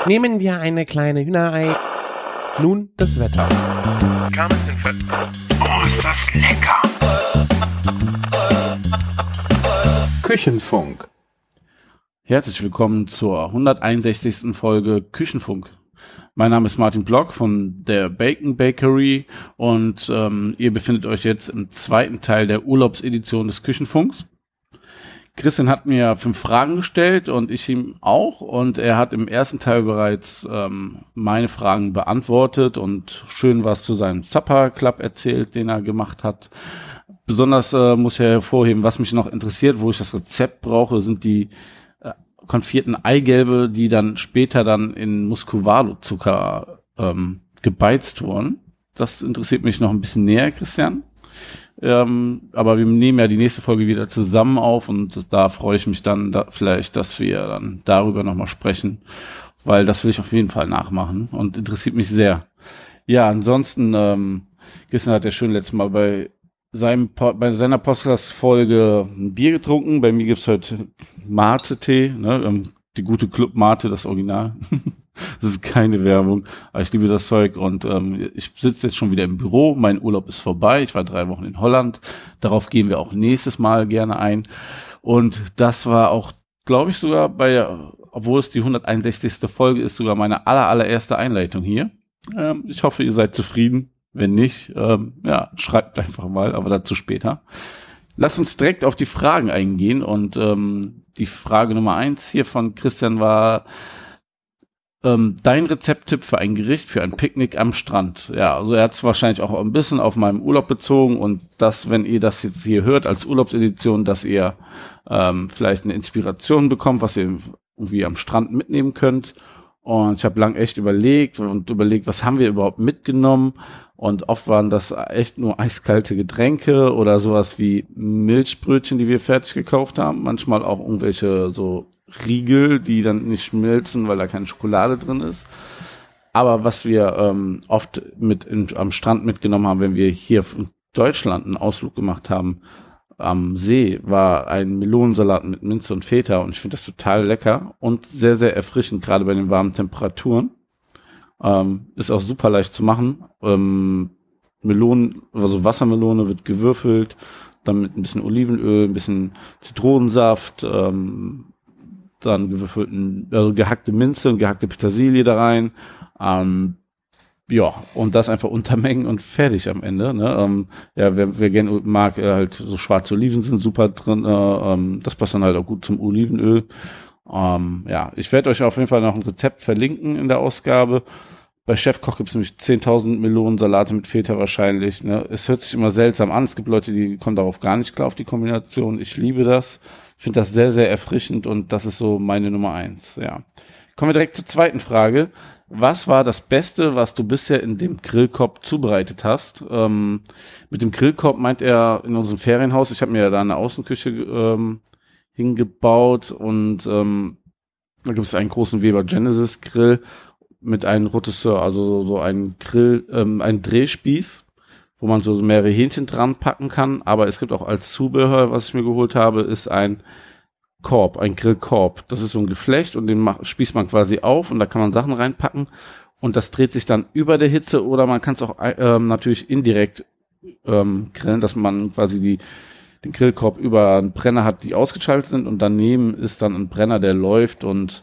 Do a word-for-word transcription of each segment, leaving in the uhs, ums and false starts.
Nehmen wir eine kleine Hühnerei. Nun das Wetter. Oh, ist das lecker! Küchenfunk. Herzlich willkommen zur hunderteinundsechzigsten Folge Küchenfunk. Mein Name ist Martin Block von der Bacon Bakery und ähm, ihr befindet euch jetzt im zweiten Teil der Urlaubsedition des Küchenfunks. Christian hat mir fünf Fragen gestellt und ich ihm auch, und er hat im ersten Teil bereits ähm, meine Fragen beantwortet und schön was zu seinem Supper Club erzählt, den er gemacht hat. Besonders äh, muss ich hervorheben, was mich noch interessiert, wo ich das Rezept brauche, sind die äh, konfierten Eigelbe, die dann später dann in Muscovado-Zucker ähm, gebeizt wurden. Das interessiert mich noch ein bisschen näher, Christian. Ähm, aber wir nehmen ja die nächste Folge wieder zusammen auf und da freue ich mich dann da vielleicht, dass wir dann darüber nochmal sprechen, weil das will ich auf jeden Fall nachmachen und interessiert mich sehr. Ja, ansonsten, ähm, Christian hat ja schön letztes Mal bei seinem bei seiner Podcast-Folge ein Bier getrunken. Bei mir gibt's heute Mate-Tee, ne? Die gute Club Mate, das Original. Das ist keine Werbung, aber ich liebe das Zeug und ähm, ich sitze jetzt schon wieder im Büro. Mein Urlaub ist vorbei. Ich war drei Wochen in Holland. Darauf gehen wir auch nächstes Mal gerne ein. Und das war auch, glaube ich, sogar bei, obwohl es die hunderteinundsechzigste Folge ist, sogar meine aller, allererste Einleitung hier. Ähm, ich hoffe, ihr seid zufrieden. Wenn nicht, ähm, ja, schreibt einfach mal, aber dazu später. Lasst uns direkt auf die Fragen eingehen und ähm, die Frage Nummer eins hier von Christian war, ähm, dein Rezepttipp für ein Gericht für ein Picknick am Strand. Ja, also er hat es wahrscheinlich auch ein bisschen auf meinem Urlaub bezogen und das, wenn ihr das jetzt hier hört als Urlaubsedition, dass ihr ähm, vielleicht eine Inspiration bekommt, was ihr irgendwie am Strand mitnehmen könnt. Und ich habe lang echt überlegt und überlegt, was haben wir überhaupt mitgenommen? Und oft waren das echt nur eiskalte Getränke oder sowas wie Milchbrötchen, die wir fertig gekauft haben. Manchmal auch irgendwelche so Riegel, die dann nicht schmilzen, weil da keine Schokolade drin ist. Aber was wir ähm, oft mit in, am Strand mitgenommen haben, wenn wir hier in Deutschland einen Ausflug gemacht haben, am See, war ein Melonensalat mit Minze und Feta und ich finde das total lecker und sehr, sehr erfrischend, gerade bei den warmen Temperaturen. Ähm, ist auch super leicht zu machen. Ähm, Melonen, also Wassermelone wird gewürfelt, dann mit ein bisschen Olivenöl, ein bisschen Zitronensaft, ähm, dann gewürfelten, also gehackte Minze und gehackte Petersilie da rein. Ähm, Ja, und das einfach untermengen und fertig am Ende. Ne? Ähm, ja, wer, wer gerne mag, äh, halt so schwarze Oliven sind super drin. Äh, ähm, das passt dann halt auch gut zum Olivenöl. Ähm, ja, ich werde euch auf jeden Fall noch ein Rezept verlinken in der Ausgabe. Bei Chefkoch gibt es nämlich zehntausend Melonensalate mit Feta wahrscheinlich. Ne? Es hört sich immer seltsam an. Es gibt Leute, die kommen darauf gar nicht klar auf die Kombination. Ich liebe das. Finde das sehr, sehr erfrischend und das ist so meine Nummer eins. Ja. Kommen wir direkt zur zweiten Frage. Was war das Beste, was du bisher in dem Grillkorb zubereitet hast? Ähm, mit dem Grillkorb meint er in unserem Ferienhaus. Ich habe mir ja da eine Außenküche ähm, hingebaut und ähm, da gibt es einen großen Weber Genesis Grill mit einem Rotisseur, also so ein Grill, ähm, ein Drehspieß, wo man so mehrere Hähnchen dran packen kann. Aber es gibt auch als Zubehör, was ich mir geholt habe, ist ein Korb, ein Grillkorb. Das ist so ein Geflecht und den macht, spießt man quasi auf und da kann man Sachen reinpacken und das dreht sich dann über der Hitze oder man kann es auch ähm, natürlich indirekt ähm, grillen, dass man quasi die, den Grillkorb über einen Brenner hat, die ausgeschaltet sind und daneben ist dann ein Brenner, der läuft und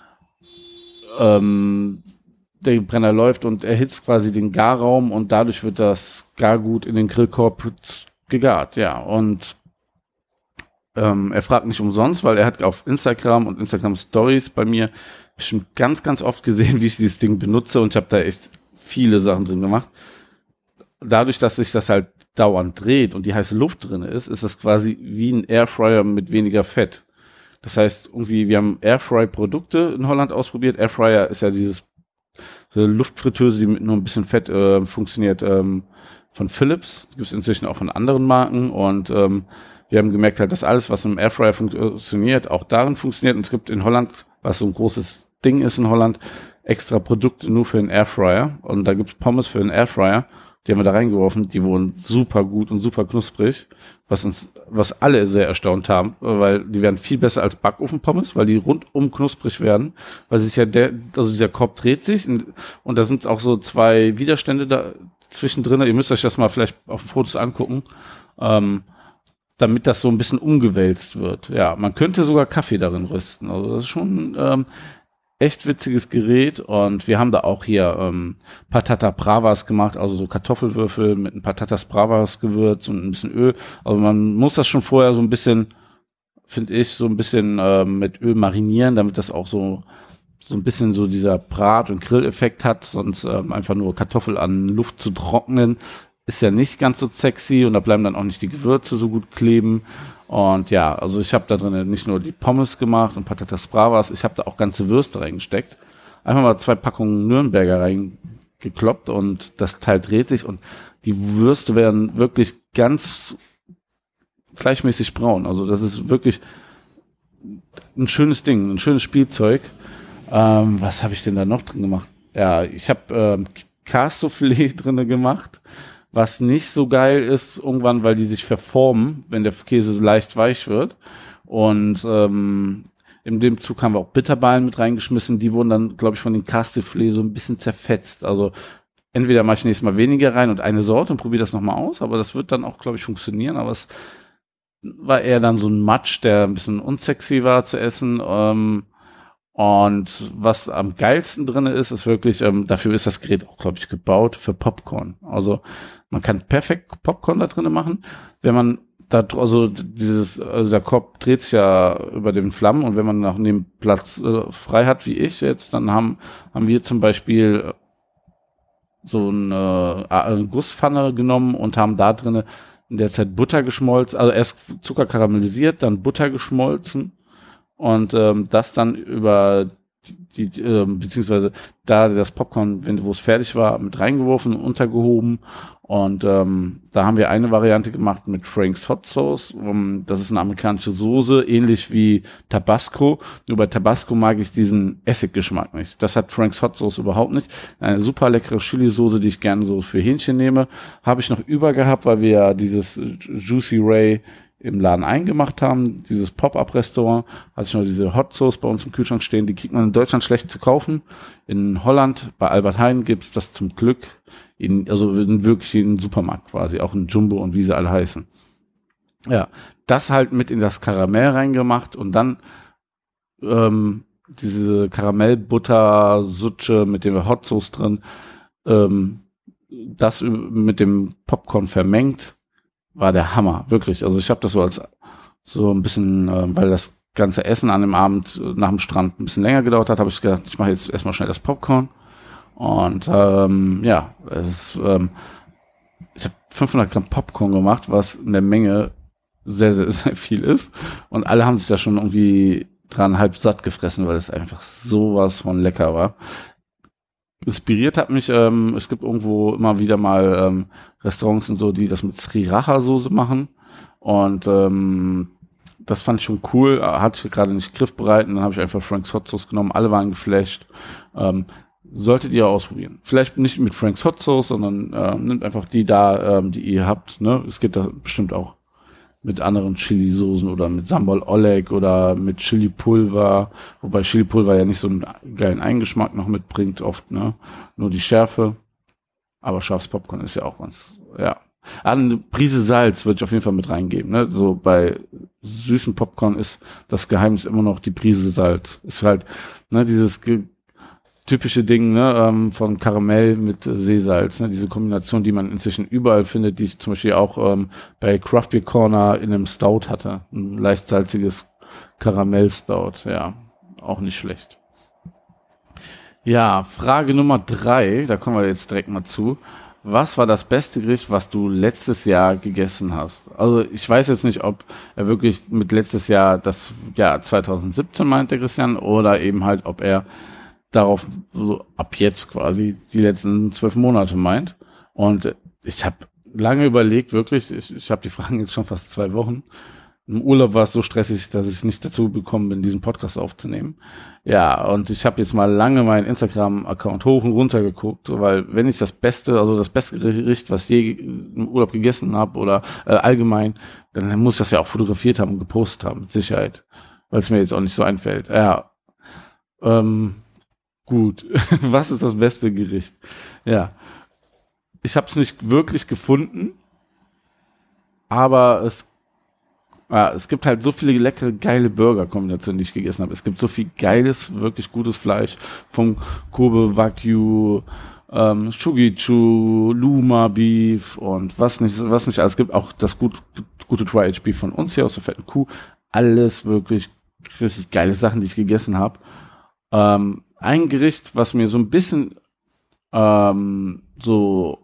ähm, der Brenner läuft und erhitzt quasi den Garraum und dadurch wird das Gargut in den Grillkorb gegart, ja, und Ähm, er fragt nicht umsonst, weil er hat auf Instagram und Instagram Stories bei mir bestimmt ganz, ganz oft gesehen, wie ich dieses Ding benutze und ich habe da echt viele Sachen drin gemacht. Dadurch, dass sich das halt dauernd dreht und die heiße Luft drin ist, ist es quasi wie ein Airfryer mit weniger Fett. Das heißt, irgendwie, wir haben Airfry-Produkte in Holland ausprobiert. Airfryer ist ja dieses so Luftfritteuse, die mit nur ein bisschen Fett äh, funktioniert, ähm, von Philips. Gibt es inzwischen auch von anderen Marken und ähm, wir haben gemerkt halt, dass alles, was im Airfryer funktioniert, auch darin funktioniert. Und es gibt in Holland, was so ein großes Ding ist in Holland, extra Produkte nur für den Airfryer. Und da gibt's Pommes für den Airfryer. Die haben wir da reingeworfen. Die wurden super gut und super knusprig. Was uns was alle sehr erstaunt haben, weil die werden viel besser als Backofenpommes, weil die rundum knusprig werden, weil sich ja der, also dieser Korb dreht sich und, und da sind auch so zwei Widerstände da zwischendrin. Ihr müsst euch das mal vielleicht auf Fotos angucken, ähm, damit das so ein bisschen umgewälzt wird. Ja, man könnte sogar Kaffee darin rösten. Also das ist schon ähm, echt witziges Gerät und wir haben da auch hier ähm, Patata Bravas gemacht, also so Kartoffelwürfel mit ein Patatas Bravas Gewürz und ein bisschen Öl. Also man muss das schon vorher so ein bisschen, finde ich, so ein bisschen ähm, mit Öl marinieren, damit das auch so so ein bisschen so dieser Brat- und Grilleffekt hat, sonst ähm, einfach nur Kartoffel an Luft zu trocknen, ist ja nicht ganz so sexy und da bleiben dann auch nicht die Gewürze so gut kleben. Und ja, also ich habe da drin nicht nur die Pommes gemacht und Patatas Bravas, ich habe da auch ganze Würste reingesteckt. Einfach mal zwei Packungen Nürnberger reingekloppt und das Teil dreht sich und die Würste werden wirklich ganz gleichmäßig braun. Also das ist wirklich ein schönes Ding, ein schönes Spielzeug. Ähm, was habe ich denn da noch drin gemacht? Ja, ich habe ähm, Kässoufflé drin gemacht, was nicht so geil ist irgendwann, weil die sich verformen, wenn der Käse so leicht weich wird. Und ähm, in dem Zug haben wir auch Bitterballen mit reingeschmissen. Die wurden dann, glaube ich, von den Kässoufflé so ein bisschen zerfetzt. Also entweder mache ich nächstes Mal weniger rein und eine Sorte und probiere das nochmal aus, aber das wird dann auch, glaube ich, funktionieren. Aber es war eher dann so ein Matsch, der ein bisschen unsexy war zu essen. Ähm, Und was am geilsten drin ist, ist wirklich, ähm, dafür ist das Gerät auch, glaube ich, gebaut für Popcorn. Also man kann perfekt Popcorn da drin machen. Wenn man da, also dieses, also der Korb dreht sich ja über den Flammen und wenn man nach dem Platz äh, frei hat, wie ich jetzt, dann haben, haben wir zum Beispiel so eine, eine Gusspfanne genommen und haben da drin in der Zeit Butter geschmolzen, also erst Zucker karamellisiert, dann Butter geschmolzen. Und ähm, das dann über die, die äh, beziehungsweise da das Popcorn, wenn wo es fertig war, mit reingeworfen und untergehoben. Und ähm, da haben wir eine Variante gemacht mit Frank's Hot Sauce. Um, das ist eine amerikanische Soße, ähnlich wie Tabasco. Nur bei Tabasco mag ich diesen Essiggeschmack nicht. Das hat Frank's Hot Sauce überhaupt nicht. Eine super leckere Chili-Soße, die ich gerne so für Hähnchen nehme. Habe ich noch über gehabt, weil wir ja dieses Juicy Ray im Laden eingemacht haben, dieses Pop-Up-Restaurant, hatte ich noch diese Hot Sauce bei uns im Kühlschrank stehen, die kriegt man in Deutschland schlecht zu kaufen. In Holland, bei Albert Heijn gibt's das zum Glück, in, also in wirklich jeden Supermarkt quasi, auch in Jumbo und wie sie alle heißen. Ja, das halt mit in das Karamell reingemacht und dann ähm, diese Karamellbutter-Sutsche mit der Hot Sauce drin, ähm, das mit dem Popcorn vermengt, war der Hammer, wirklich. Also ich habe das so als so ein bisschen, äh, weil das ganze Essen an dem Abend äh, nach dem Strand ein bisschen länger gedauert hat, habe ich gedacht, ich mache jetzt erstmal schnell das Popcorn. Und ähm, ja, es ist, ähm, ich habe fünfhundert Gramm Popcorn gemacht, was in der Menge sehr, sehr, sehr viel ist. Und alle haben sich da schon irgendwie dran halb satt gefressen, weil es einfach sowas von lecker war. Inspiriert hat mich, ähm, es gibt irgendwo immer wieder mal ähm, Restaurants und so, die das mit Sriracha-Soße machen und ähm, das fand ich schon cool, hatte ich gerade nicht griffbereit und dann habe ich einfach Frank's Hot Sauce genommen, alle waren geflasht. Ähm, solltet ihr ausprobieren. Vielleicht nicht mit Frank's Hot Sauce, sondern äh, nimmt einfach die da, ähm, die ihr habt. Ne? Es geht da bestimmt auch mit anderen Chili-Soßen oder mit Sambal Oleg oder mit Chili-Pulver, wobei Chili-Pulver ja nicht so einen geilen Eingeschmack noch mitbringt oft, ne? Nur die Schärfe. Aber scharfes Popcorn ist ja auch ganz, ja. Eine Prise Salz würde ich auf jeden Fall mit reingeben, ne? So bei süßen Popcorn ist das Geheimnis immer noch die Prise Salz. Ist halt, ne, dieses ge- typische Ding, ne, ähm, von Karamell mit äh, Seesalz, ne, diese Kombination, die man inzwischen überall findet, die ich zum Beispiel auch ähm, bei Craft Beer Corner in einem Stout hatte, ein leicht salziges Karamell-Stout, ja, auch nicht schlecht. Ja, Frage Nummer drei, da kommen wir jetzt direkt mal zu. Was war das beste Gericht, was du letztes Jahr gegessen hast? Also ich weiß jetzt nicht, ob er wirklich mit letztes Jahr das Jahr zwanzig siebzehn meinte, Christian, oder eben halt, ob er darauf so ab jetzt quasi die letzten zwölf Monate meint. Und ich habe lange überlegt, wirklich, ich, ich habe die Fragen jetzt schon fast zwei Wochen. im Urlaub war es so stressig, dass ich nicht dazu gekommen bin, diesen Podcast aufzunehmen. Ja, und ich habe jetzt mal lange meinen Instagram-Account hoch und runter geguckt, weil wenn ich das Beste, also das beste Gericht, was ich je im Urlaub gegessen habe oder äh, allgemein, dann muss ich das ja auch fotografiert haben und gepostet haben, mit Sicherheit, weil es mir jetzt auch nicht so einfällt. Ja, ähm, gut. Was ist das beste Gericht? Ja, ich habe es nicht wirklich gefunden, aber es Ja, es gibt halt so viele leckere, geile Burger-Kombinationen, die ich gegessen habe. Es gibt so viel geiles, wirklich gutes Fleisch vom Kobe Wagyu, ähm, Chugichu, Luma Beef und was nicht, was nicht alles. Es gibt auch das gut, gute Dry Aged Beef von uns hier aus der fetten Kuh. Alles wirklich richtig geile Sachen, die ich gegessen habe. Ähm, ein Gericht, was mir so ein bisschen ähm, so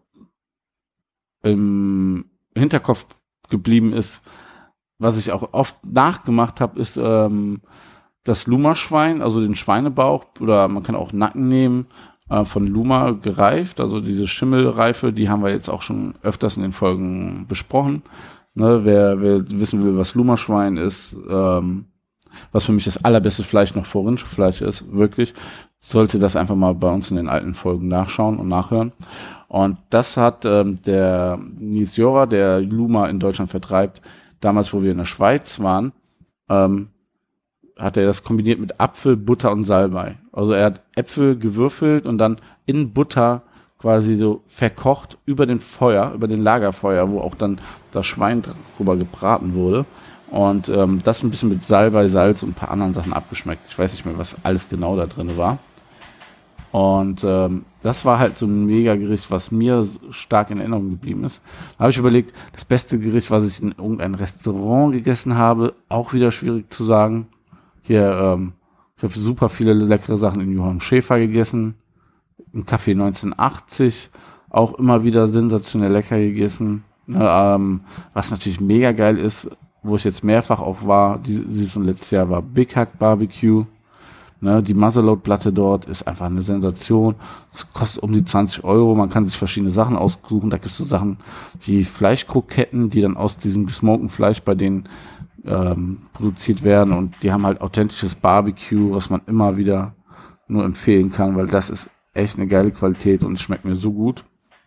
im Hinterkopf geblieben ist, was ich auch oft nachgemacht habe, ist ähm, das Luma-Schwein, also den Schweinebauch, oder man kann auch Nacken nehmen, äh, von Luma gereift, also diese Schimmelreife, die haben wir jetzt auch schon öfters in den Folgen besprochen. Ne, wer, wer wissen will, was Luma-Schwein ist, ähm, was für mich das allerbeste Fleisch noch vor Rindfleisch ist, wirklich, sollte das einfach mal bei uns in den alten Folgen nachschauen und nachhören. Und das hat ähm, der Nils Jora, der Luma in Deutschland vertreibt, damals, wo wir in der Schweiz waren, ähm, hat er das kombiniert mit Apfel, Butter und Salbei. Also er hat Äpfel gewürfelt und dann in Butter quasi so verkocht über den Feuer, über den Lagerfeuer, wo auch dann das Schwein drüber gebraten wurde. Und ähm, das ein bisschen mit Salbei, Salz und ein paar anderen Sachen abgeschmeckt. Ich weiß nicht mehr, was alles genau da drin war. Und ähm, das war halt so ein Mega-Gericht, was mir stark in Erinnerung geblieben ist. Da habe ich überlegt, das beste Gericht, was ich in irgendeinem Restaurant gegessen habe, auch wieder schwierig zu sagen. Hier, ähm, ich habe super viele leckere Sachen in Johann Schäfer gegessen. Im Café neunzehnhundertachtzig auch immer wieder sensationell lecker gegessen. Ne, ähm, was natürlich mega geil ist, wo ich jetzt mehrfach auch war, dieses und letztes Jahr war Big Hack Barbecue. Ne, die Muzzleload-Platte dort ist einfach eine Sensation. Es kostet um die zwanzig Euro. Man kann sich verschiedene Sachen aussuchen. Da gibt es so Sachen wie Fleischkroketten, die dann aus diesem gesmokten Fleisch bei denen ähm, produziert werden. Und die haben halt authentisches Barbecue, was man immer wieder nur empfehlen kann, weil das ist echt eine geile Qualität und es schmeckt mir so gut.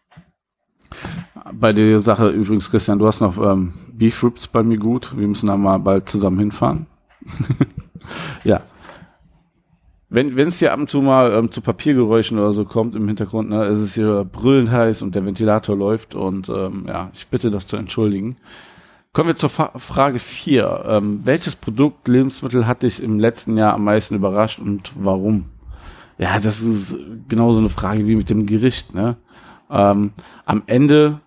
Bei der Sache übrigens, Christian, du hast noch ähm, Beef Ribs bei mir gut. Wir müssen da mal bald zusammen hinfahren. Ja. Wenn wenn es hier ab und zu mal ähm, zu Papiergeräuschen oder so kommt im Hintergrund, ne, ist es hier brüllend heiß und der Ventilator läuft und ähm, ja, ich bitte das zu entschuldigen. Kommen wir zur Fa- Frage vier. Ähm, welches Produkt, Lebensmittel hat dich im letzten Jahr am meisten überrascht und warum? Ja, das ist genauso eine Frage wie mit dem Gericht, ne? Ähm, am Ende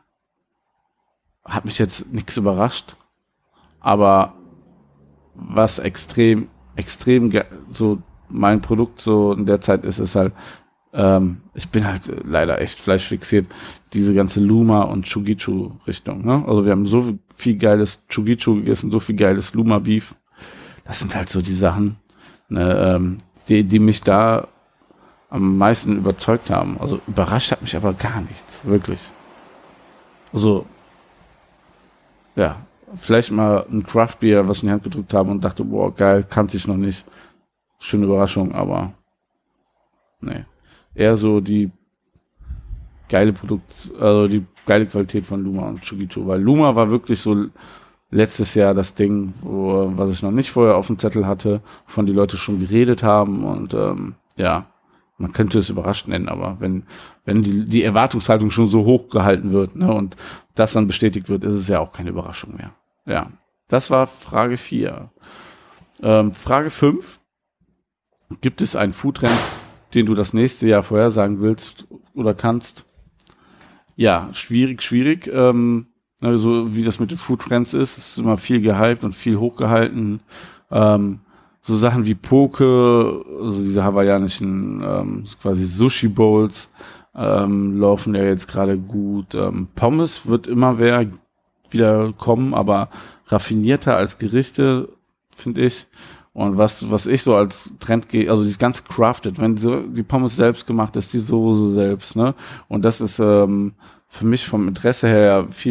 hat mich jetzt nichts überrascht, aber was extrem, extrem ge- so mein Produkt so in der Zeit ist, ist halt, ähm, ich bin halt leider echt fleischfixiert, diese ganze Luma und Chugichu Richtung, ne? Also wir haben so viel geiles Chugichu gegessen, so viel geiles Luma Beef. Das sind halt so die Sachen, ne, ähm, die, die mich da am meisten überzeugt haben. Also überrascht hat mich aber gar nichts, wirklich. Also, ja, vielleicht mal ein Craft Beer, was ich in die Hand gedrückt habe und dachte, boah, geil, kannte ich noch nicht. Schöne Überraschung, aber nee. Eher so die geile Produkt, also die geile Qualität von Luma und Chugichu, weil Luma war wirklich so letztes Jahr das Ding, wo, was ich noch nicht vorher auf dem Zettel hatte, wovon die Leute schon geredet haben und ähm, ja, man könnte es überrascht nennen, aber wenn wenn die, die Erwartungshaltung schon so hoch gehalten wird, ne, und das dann bestätigt wird, ist es ja auch keine Überraschung mehr. Ja, das war Frage vier. Ähm, Frage fünf. Gibt es einen Foodtrend, den du das nächste Jahr vorhersagen willst oder kannst? Ja, schwierig, schwierig. Ähm, so wie das mit den Foodtrends ist, ist immer viel gehypt und viel hochgehalten. Ähm, so Sachen wie Poke, also diese hawaiianischen ähm, quasi Sushi Bowls ähm, laufen ja jetzt gerade gut. Ähm, Pommes wird immer mehr wieder kommen, aber raffinierter als Gerichte, finde ich. Und was was ich so als Trend gehe, also dieses ganze Crafted, wenn so die Pommes selbst gemacht ist, die Soße selbst, ne? Und das ist ähm, für mich vom Interesse her viel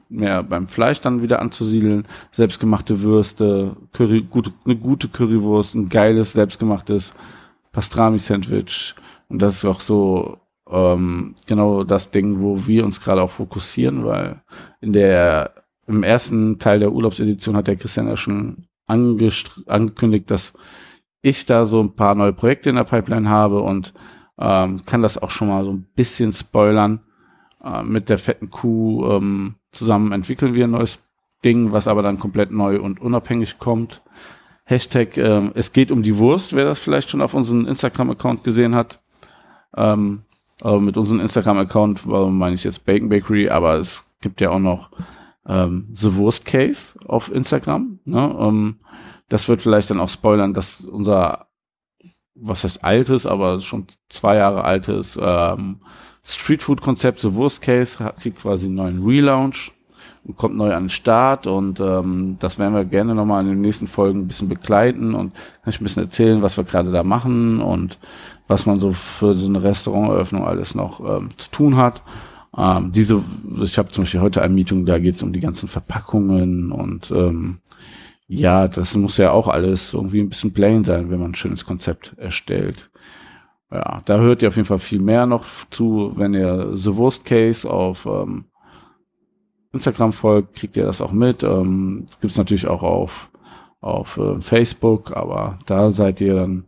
mehr beim Fleisch dann wieder anzusiedeln. Selbstgemachte Würste, Curry, gute, eine gute Currywurst, ein geiles, selbstgemachtes Pastrami-Sandwich. Und das ist auch so ähm, genau das Ding, wo wir uns gerade auch fokussieren, weil in der im ersten Teil der Urlaubsedition hat der Christian ja schon angest- angekündigt, dass ich da so ein paar neue Projekte in der Pipeline habe und ähm, kann das auch schon mal so ein bisschen spoilern. Äh, mit der fetten Kuh ähm, zusammen entwickeln wir ein neues Ding, was aber dann komplett neu und unabhängig kommt. Hashtag, ähm, es geht um die Wurst, wer das vielleicht schon auf unserem Instagram-Account gesehen hat. Ähm, also mit unserem Instagram-Account, warum meine ich jetzt Bacon Bakery, aber es gibt ja auch noch ähm, The Wurst Case auf Instagram. Ne? Ähm, das wird vielleicht dann auch spoilern, dass unser, was heißt altes, aber schon zwei Jahre altes ähm, Streetfood-Konzept The Wurst Case hat, kriegt quasi einen neuen Relaunch und kommt neu an den Start und ähm, das werden wir gerne nochmal in den nächsten Folgen ein bisschen begleiten und kann ich ein bisschen erzählen, was wir gerade da machen und was man so für so eine Restauranteröffnung alles noch ähm, zu tun hat. Ähm, diese, ich habe zum Beispiel heute ein Meeting, da geht es um die ganzen Verpackungen und ähm, ja, das muss ja auch alles irgendwie ein bisschen plain sein, wenn man ein schönes Konzept erstellt. Ja, da hört ihr auf jeden Fall viel mehr noch zu, wenn ihr The Wurst Case auf ähm, Instagram folgt, kriegt ihr das auch mit. Ähm, das gibt's natürlich auch auf, auf äh, Facebook, aber da seid ihr dann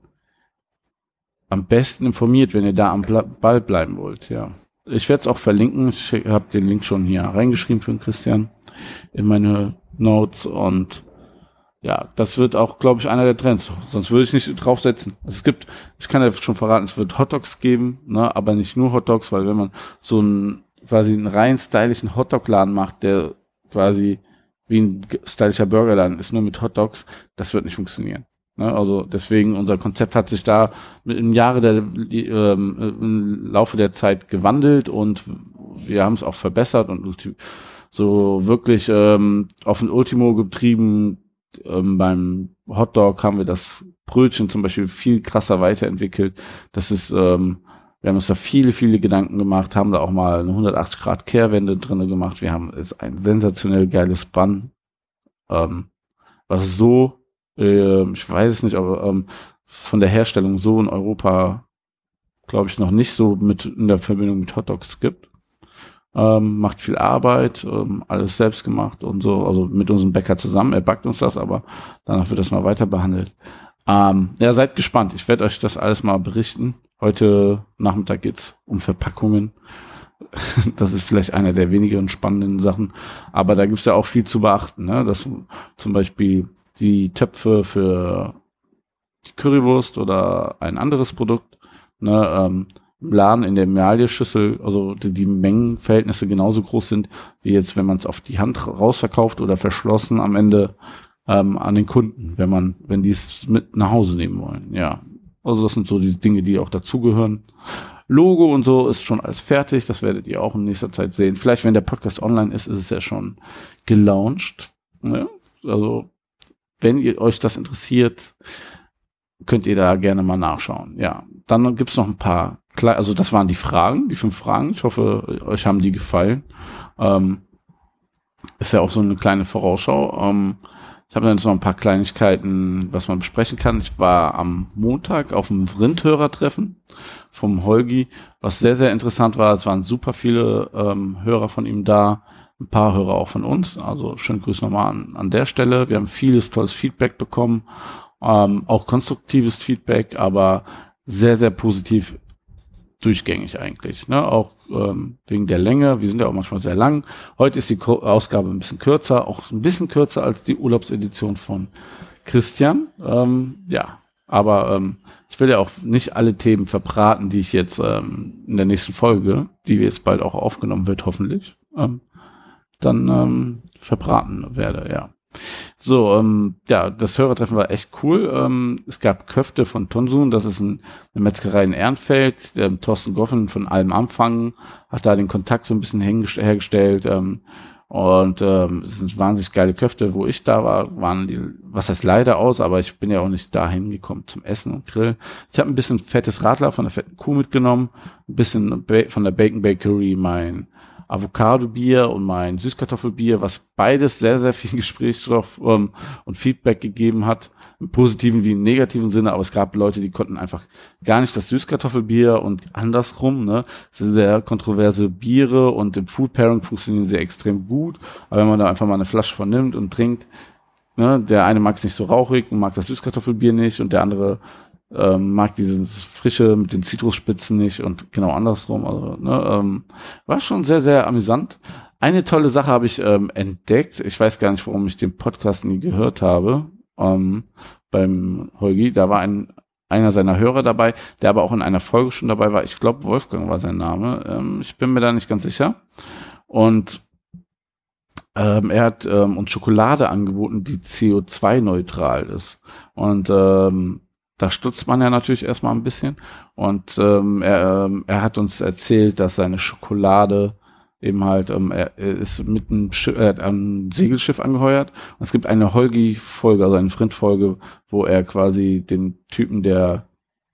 am besten informiert, wenn ihr da am Ball bleiben wollt, ja. Ich werde es auch verlinken. Ich habe den Link schon hier reingeschrieben für den Christian in meine Notes und ja, das wird auch, glaube ich, einer der Trends. Sonst würde ich nicht draufsetzen. Also es gibt, ich kann ja schon verraten, es wird Hotdogs geben, ne, aber nicht nur Hotdogs, weil wenn man so einen quasi einen rein stylischen Hotdog-Laden macht, der quasi wie ein stylischer Burgerladen ist, nur mit Hotdogs, das wird nicht funktionieren. Ne? Also deswegen, unser Konzept hat sich da im Jahre der, die, ähm, im Laufe der Zeit gewandelt und wir haben es auch verbessert und so wirklich ähm, auf ein Ultimo getrieben. Ähm, beim Hotdog haben wir das Brötchen zum Beispiel viel krasser weiterentwickelt. Das ist, ähm, wir haben uns da viele, viele Gedanken gemacht, haben da auch mal eine hundertachtzig Grad Kehrwende drinne gemacht. Wir haben es ein sensationell geiles Bun, ähm, was so, äh, ich weiß es nicht, aber ähm, von der Herstellung so in Europa, glaube ich, noch nicht so mit in der Verbindung mit Hotdogs gibt. Ähm, macht viel Arbeit, ähm, alles selbst gemacht und so, also mit unserem Bäcker zusammen, er backt uns das, aber danach wird das mal weiter behandelt. Ähm, ja, seid gespannt, ich werde euch das alles mal berichten. Heute Nachmittag geht's um Verpackungen. Das ist vielleicht einer der wenigen spannenden Sachen, aber da gibt's ja auch viel zu beachten, ne? Dass zum Beispiel die Töpfe für die Currywurst oder ein anderes Produkt, ne, ähm, im Laden in der Medaille-Schüssel, also die, die Mengenverhältnisse genauso groß sind, wie jetzt, wenn man es auf die Hand rausverkauft oder verschlossen am Ende ähm, an den Kunden, wenn man, wenn die es mit nach Hause nehmen wollen. Ja, also das sind so die Dinge, die auch dazugehören. Logo und so ist schon alles fertig, das werdet ihr auch in nächster Zeit sehen. Vielleicht, wenn der Podcast online ist, ist es ja schon gelauncht. Ne? Also, wenn ihr euch das interessiert, könnt ihr da gerne mal nachschauen. Ja, dann gibt's noch ein paar, Kle- also das waren die Fragen, die fünf Fragen. Ich hoffe, euch haben die gefallen. Ähm, ist ja auch so eine kleine Vorausschau. Ähm, ich habe dann jetzt noch ein paar Kleinigkeiten, was man besprechen kann. Ich war am Montag auf dem Rindhörertreffen vom Holgi, was sehr, sehr interessant war. Es waren super viele ähm, Hörer von ihm da, ein paar Hörer auch von uns. Also schönen Grüß nochmal an, an der Stelle. Wir haben vieles tolles Feedback bekommen. Ähm, auch konstruktives Feedback, aber sehr, sehr positiv durchgängig eigentlich. Ne? Auch ähm, wegen der Länge. Wir sind ja auch manchmal sehr lang. Heute ist die Ko- Ausgabe ein bisschen kürzer, auch ein bisschen kürzer als die Urlaubsedition von Christian. Ähm, ja, aber ähm, ich will ja auch nicht alle Themen verbraten, die ich jetzt ähm, in der nächsten Folge, die jetzt bald auch aufgenommen wird, hoffentlich, ähm, dann ähm, verbraten werde, ja. So, ähm, ja, das Hörertreffen war echt cool. Ähm, es gab Köfte von Tonsun, das ist ein, eine Metzgerei in Ehrenfeld. Der Thorsten Goffen von Allem Anfang hat da den Kontakt so ein bisschen hingest- hergestellt. Ähm, und ähm, es sind wahnsinnig geile Köfte. Wo ich da war, waren die, was heißt leider aus, aber ich bin ja auch nicht da hingekommen zum Essen und Grillen. Ich habe ein bisschen fettes Radler von der fetten Kuh mitgenommen, ein bisschen ba- von der Bacon Bakery mein Avocado-Bier und mein Süßkartoffelbier, was beides sehr, sehr viel Gesprächsstoff ähm, und Feedback gegeben hat, im positiven wie im negativen Sinne, aber es gab Leute, die konnten einfach gar nicht das Süßkartoffelbier und andersrum, ne, das sind sehr kontroverse Biere und im Food Pairing funktionieren sie extrem gut, aber wenn man da einfach mal eine Flasche von nimmt und trinkt, ne, der eine mag es nicht so rauchig und mag das Süßkartoffelbier nicht und der andere Ähm, mag dieses Frische mit den Zitrusspitzen nicht und genau andersrum. Also, ne, ähm, war schon sehr, sehr amüsant. Eine tolle Sache habe ich ähm, entdeckt. Ich weiß gar nicht, warum ich den Podcast nie gehört habe. Ähm, beim Holgi, da war ein einer seiner Hörer dabei, der aber auch in einer Folge schon dabei war. Ich glaube, Wolfgang war sein Name. Ähm, ich bin mir da nicht ganz sicher. Und ähm, er hat ähm, uns Schokolade angeboten, die C O zwei neutral ist. Und ähm, da stutzt man ja natürlich erstmal ein bisschen. Und ähm, er, ähm, er hat uns erzählt, dass seine Schokolade eben halt, ähm, er, er ist mit einem Schiff, er hat ein Segelschiff angeheuert. Und es gibt eine Holgi-Folge, also eine Frint-Folge, wo er quasi den Typen, der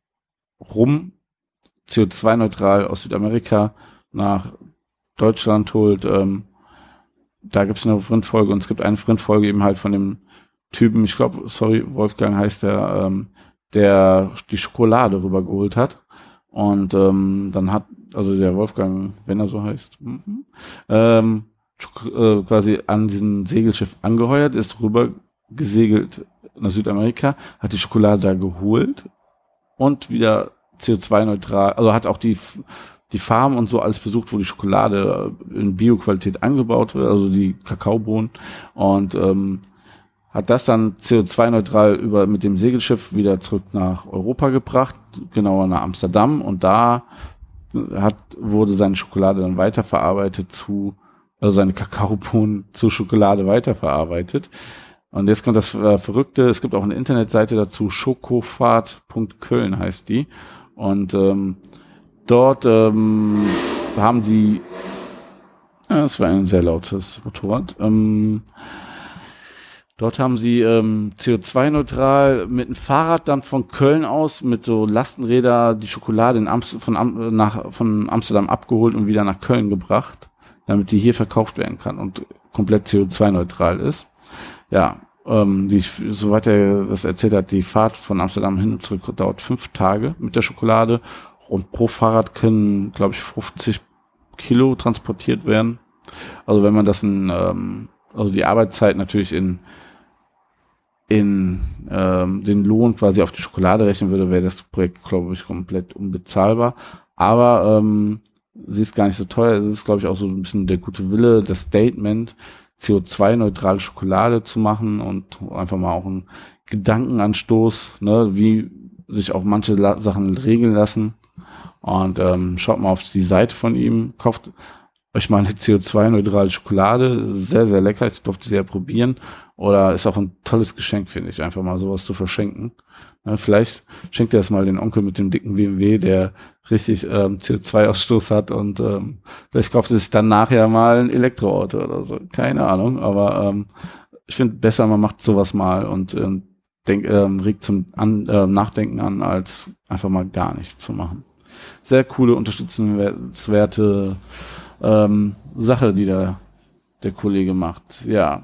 Rum C O zwei neutral aus Südamerika nach Deutschland holt. Ähm, da gibt es eine Frint-Folge und es gibt eine Frint-Folge eben halt von dem Typen, ich glaube, sorry, Wolfgang heißt der, ähm, der die Schokolade rübergeholt hat. Und ähm, dann hat, also der Wolfgang, wenn er so heißt, mhm, ähm, äh, quasi an diesem Segelschiff angeheuert, ist rüber gesegelt nach Südamerika, hat die Schokolade da geholt und wieder C O zwei neutral, also hat auch die die Farm und so alles besucht, wo die Schokolade in Bioqualität angebaut wird, also die Kakaobohnen, und ähm, hat das dann C O zwei neutral über mit dem Segelschiff wieder zurück nach Europa gebracht, genauer nach Amsterdam, und da hat wurde seine Schokolade dann weiterverarbeitet zu, also seine Kakaobohnen zu Schokolade weiterverarbeitet. Und jetzt kommt das äh, Verrückte, es gibt auch eine Internetseite dazu, schokofahrt punkt köln heißt die, und ähm, dort ähm, haben die, ja, das war ein sehr lautes Motorrad, ähm, dort haben sie ähm, C O zwei neutral mit dem Fahrrad dann von Köln aus mit so Lastenräder die Schokolade in Amst- von, Am- nach, von Amsterdam abgeholt und wieder nach Köln gebracht, damit die hier verkauft werden kann und komplett C O zwei neutral ist. Ja, ähm, die, soweit er das erzählt hat, die Fahrt von Amsterdam hin und zurück dauert fünf Tage mit der Schokolade und pro Fahrrad können, glaube ich, fünfzig Kilo transportiert werden. Also wenn man das in, ähm, also die Arbeitszeit natürlich in in ähm, den Lohn quasi auf die Schokolade rechnen würde, wäre das Projekt, glaube ich, komplett unbezahlbar. Aber ähm, sie ist gar nicht so teuer. Es ist, glaube ich, auch so ein bisschen der gute Wille, das Statement, C O zwei neutrale Schokolade zu machen und einfach mal auch einen Gedankenanstoß, ne, wie sich auch manche La- Sachen regeln lassen. Und ähm, schaut mal auf die Seite von ihm, kauft euch mal eine C O zwei neutrale Schokolade, sehr, sehr lecker, ich durfte sie ja probieren. Oder ist auch ein tolles Geschenk, finde ich, einfach mal sowas zu verschenken. Ja, vielleicht schenkt ihr das mal den Onkel mit dem dicken B M W, der richtig ähm, C O zwei Ausstoß hat, und ähm, vielleicht kauft er sich dann nachher mal ein Elektroauto oder so. Keine Ahnung, aber ähm, ich finde besser, man macht sowas mal und ähm, denk, ähm, regt zum an, äh, Nachdenken an, als einfach mal gar nichts zu machen. Sehr coole, unterstützenswerte ähm, Sache, die der, der Kollege macht. Ja.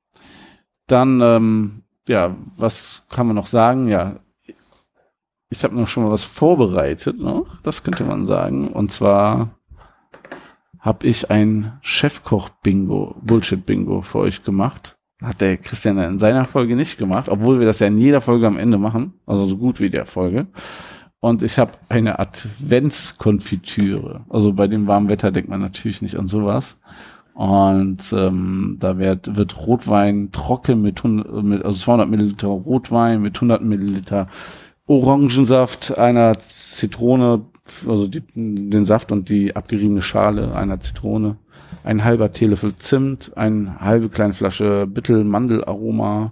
Dann, ähm, ja, was kann man noch sagen? Ja, ich habe noch schon mal was vorbereitet noch, das könnte man sagen. Und zwar habe ich ein Chefkoch-Bingo, Bullshit-Bingo für euch gemacht. Hat der Christian in seiner Folge nicht gemacht, obwohl wir das ja in jeder Folge am Ende machen, also so gut wie der Folge. Und ich habe eine Adventskonfitüre. Also bei dem warmen Wetter denkt man natürlich nicht an sowas. Und ähm, da wird, wird Rotwein trocken mit, mit also zweihundert Milliliter Rotwein mit hundert Milliliter Orangensaft, einer Zitrone, also die, den Saft und die abgeriebene Schale einer Zitrone, ein halber Teelöffel Zimt, eine halbe kleine Flasche Bittel Mandelaroma,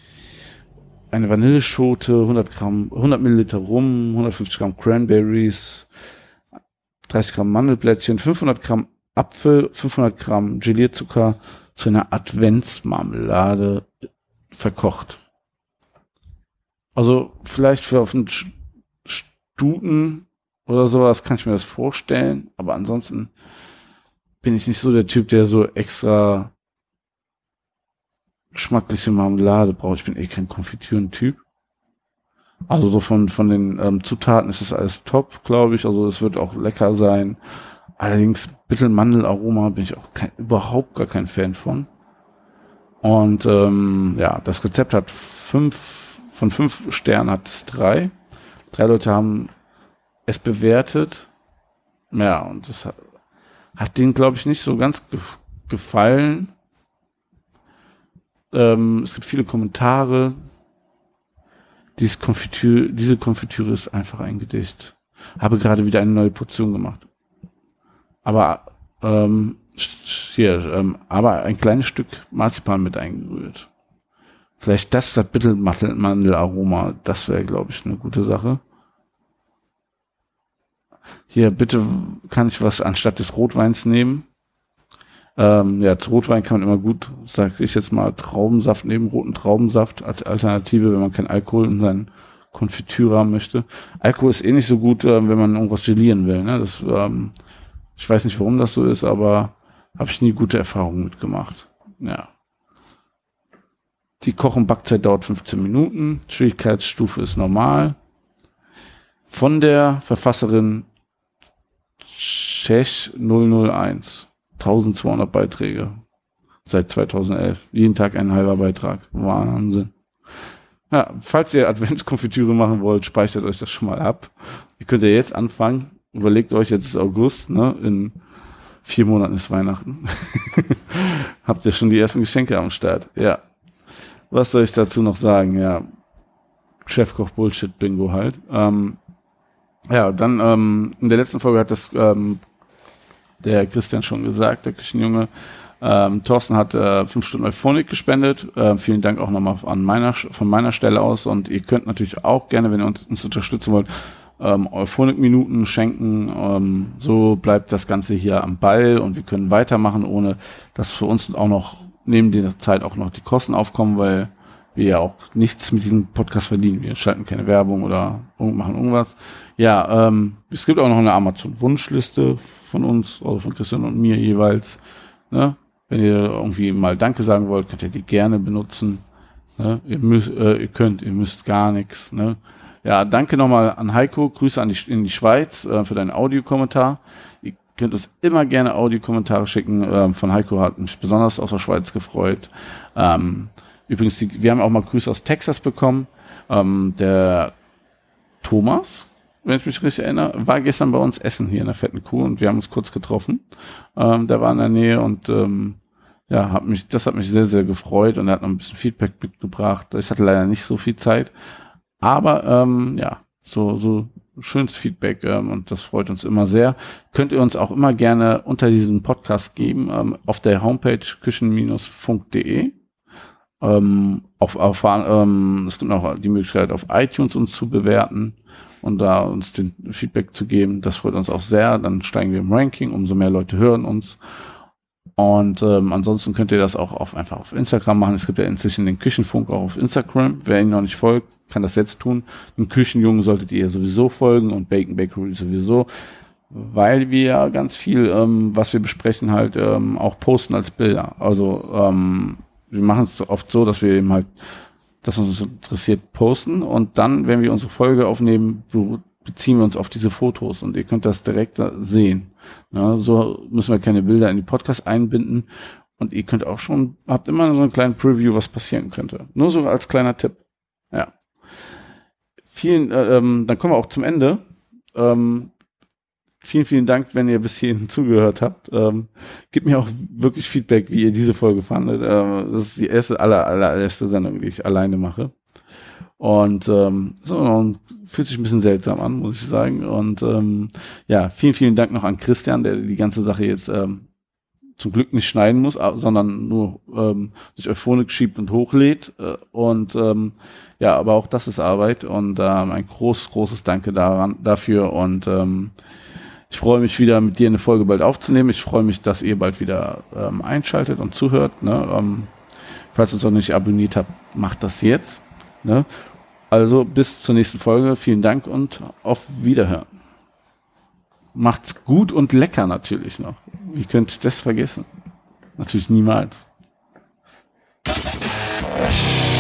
eine Vanilleschote, hundert Gramm, hundert Milliliter Rum, hundertfünfzig Gramm Cranberries, dreißig Gramm Mandelblättchen, fünfhundert Gramm Apfel, fünfhundert Gramm Gelierzucker zu einer Adventsmarmelade verkocht. Also vielleicht für auf einen Stuten oder sowas kann ich mir das vorstellen, aber ansonsten bin ich nicht so der Typ, der so extra geschmackliche Marmelade braucht. Ich bin eh kein Konfitüren-Typ. Also so von, von den ähm, Zutaten ist das alles top, glaube ich. Also es wird auch lecker sein. Allerdings Bittel-Mandelaroma bin ich auch kein, überhaupt gar kein Fan von. Und ähm, ja, das Rezept hat fünf, von fünf Sternen hat es drei. Drei Leute haben es bewertet. Ja, und das hat, hat denen, glaube ich, nicht so ganz ge- gefallen. Ähm, es gibt viele Kommentare. Dieses Konfitüre, diese Konfitüre ist einfach ein Gedicht. Habe gerade wieder eine neue Portion gemacht. Aber ähm, hier, ähm, aber ein kleines Stück Marzipan mit eingerührt. Vielleicht das statt Bittelmandelaroma, das wäre, glaube ich, eine gute Sache. Hier, bitte kann ich was anstatt des Rotweins nehmen. Ähm, ja, zu Rotwein kann man immer gut, sage ich jetzt mal, Traubensaft nehmen, roten Traubensaft als Alternative, wenn man keinen Alkohol in seinen Konfitüre haben möchte. Alkohol ist eh nicht so gut, äh, wenn man irgendwas gelieren will. Ne? Das, ähm, ich weiß nicht, warum das so ist, aber habe ich nie gute Erfahrungen mitgemacht. Ja. Die Koch- und Backzeit dauert fünfzehn Minuten. Schwierigkeitsstufe ist normal. Von der Verfasserin Chech null null eins. eintausendzweihundert Beiträge. Seit zweitausendelf. Jeden Tag ein halber Beitrag. Wahnsinn. Ja, falls ihr Adventskonfitüre machen wollt, speichert euch das schon mal ab. Ihr könnt ja jetzt anfangen. Überlegt euch, jetzt ist August, ne? In vier Monaten ist Weihnachten. Habt ihr schon die ersten Geschenke am Start? Ja. Was soll ich dazu noch sagen? Ja. Chefkoch Bullshit Bingo halt. Ähm, ja, dann ähm, in der letzten Folge hat das ähm, der Christian schon gesagt, der Küchenjunge. Ähm, Thorsten hat äh, fünf Stunden Euphonik gespendet. Äh, vielen Dank auch nochmal an meiner, von meiner Stelle aus. Und ihr könnt natürlich auch gerne, wenn ihr uns, uns unterstützen wollt, ähm, Euphonik-Minuten schenken. Ähm, so bleibt das Ganze hier am Ball und wir können weitermachen, ohne dass für uns auch noch neben der Zeit auch noch die Kosten aufkommen, weil wir ja auch nichts mit diesem Podcast verdienen. Wir schalten keine Werbung oder machen irgendwas. Ja, ähm, es gibt auch noch eine Amazon-Wunschliste von uns, also von Christian und mir jeweils. Ne? Wenn ihr irgendwie mal Danke sagen wollt, könnt ihr die gerne benutzen. Ne? Ihr müsst, äh, ihr könnt, ihr müsst gar nichts. Ne? Ja, danke nochmal an Heiko. Grüße an die, in die Schweiz äh, für deinen Audiokommentar. Ihr könnt uns immer gerne Audiokommentare schicken. Ähm, von Heiko hat mich besonders aus der Schweiz gefreut. Ähm, Übrigens, die, wir haben auch mal Grüße aus Texas bekommen. Ähm, der Thomas, wenn ich mich richtig erinnere, war gestern bei uns essen hier in der Fetten Kuh und wir haben uns kurz getroffen. Ähm, der war in der Nähe und ähm, ja, hat mich, das hat mich sehr, sehr gefreut und er hat noch ein bisschen Feedback mitgebracht. Ich hatte leider nicht so viel Zeit, aber ähm, ja, so, so schönes Feedback ähm, und das freut uns immer sehr. Könnt ihr uns auch immer gerne unter diesem Podcast geben, ähm, auf der Homepage küchen Bindestrich funk punkt de. Ähm, auf, auf, ähm, es gibt auch die Möglichkeit, auf iTunes uns zu bewerten und da uns den Feedback zu geben. Das freut uns auch sehr. Dann steigen wir im Ranking, umso mehr Leute hören uns. Und ähm, ansonsten könnt ihr das auch auf, einfach auf Instagram machen. Es gibt ja inzwischen den Küchenfunk auch auf Instagram. Wer ihn noch nicht folgt, kann das jetzt tun. Dem Küchenjungen solltet ihr sowieso folgen und Bacon Bakery sowieso, weil wir ja ganz viel, ähm, was wir besprechen, halt ähm, auch posten als Bilder. Also ähm, wir machen es oft so, dass wir eben halt, dass uns interessiert, posten und dann, wenn wir unsere Folge aufnehmen, beziehen wir uns auf diese Fotos und ihr könnt das direkt sehen. Ja, so müssen wir keine Bilder in die Podcasts einbinden und ihr könnt auch schon, habt immer so einen kleinen Preview, was passieren könnte. Nur so als kleiner Tipp. Ja. Vielen, äh, ähm, dann kommen wir auch zum Ende. Ähm, Vielen, vielen Dank, wenn ihr bis hierhin zugehört habt. Ähm, gebt mir auch wirklich Feedback, wie ihr diese Folge fandet. Ähm, das ist die erste, aller, allererste Sendung, die ich alleine mache. Und ähm, so, fühlt sich ein bisschen seltsam an, muss ich sagen. Und ähm, ja, vielen, vielen Dank noch an Christian, der die ganze Sache jetzt ähm, zum Glück nicht schneiden muss, sondern nur ähm, durch Euphonik schiebt und hochlädt. Äh, und ähm, ja, aber auch das ist Arbeit. Und ähm, ein großes, großes Danke daran, dafür. Und ähm, ich freue mich wieder, mit dir eine Folge bald aufzunehmen. Ich freue mich, dass ihr bald wieder ähm, einschaltet und zuhört. Ne? Ähm, falls ihr uns noch nicht abonniert habt, macht das jetzt. Ne? Also bis zur nächsten Folge. Vielen Dank und auf Wiederhören. macht's gut und lecker natürlich noch. Wie könnt ihr das vergessen? Natürlich niemals.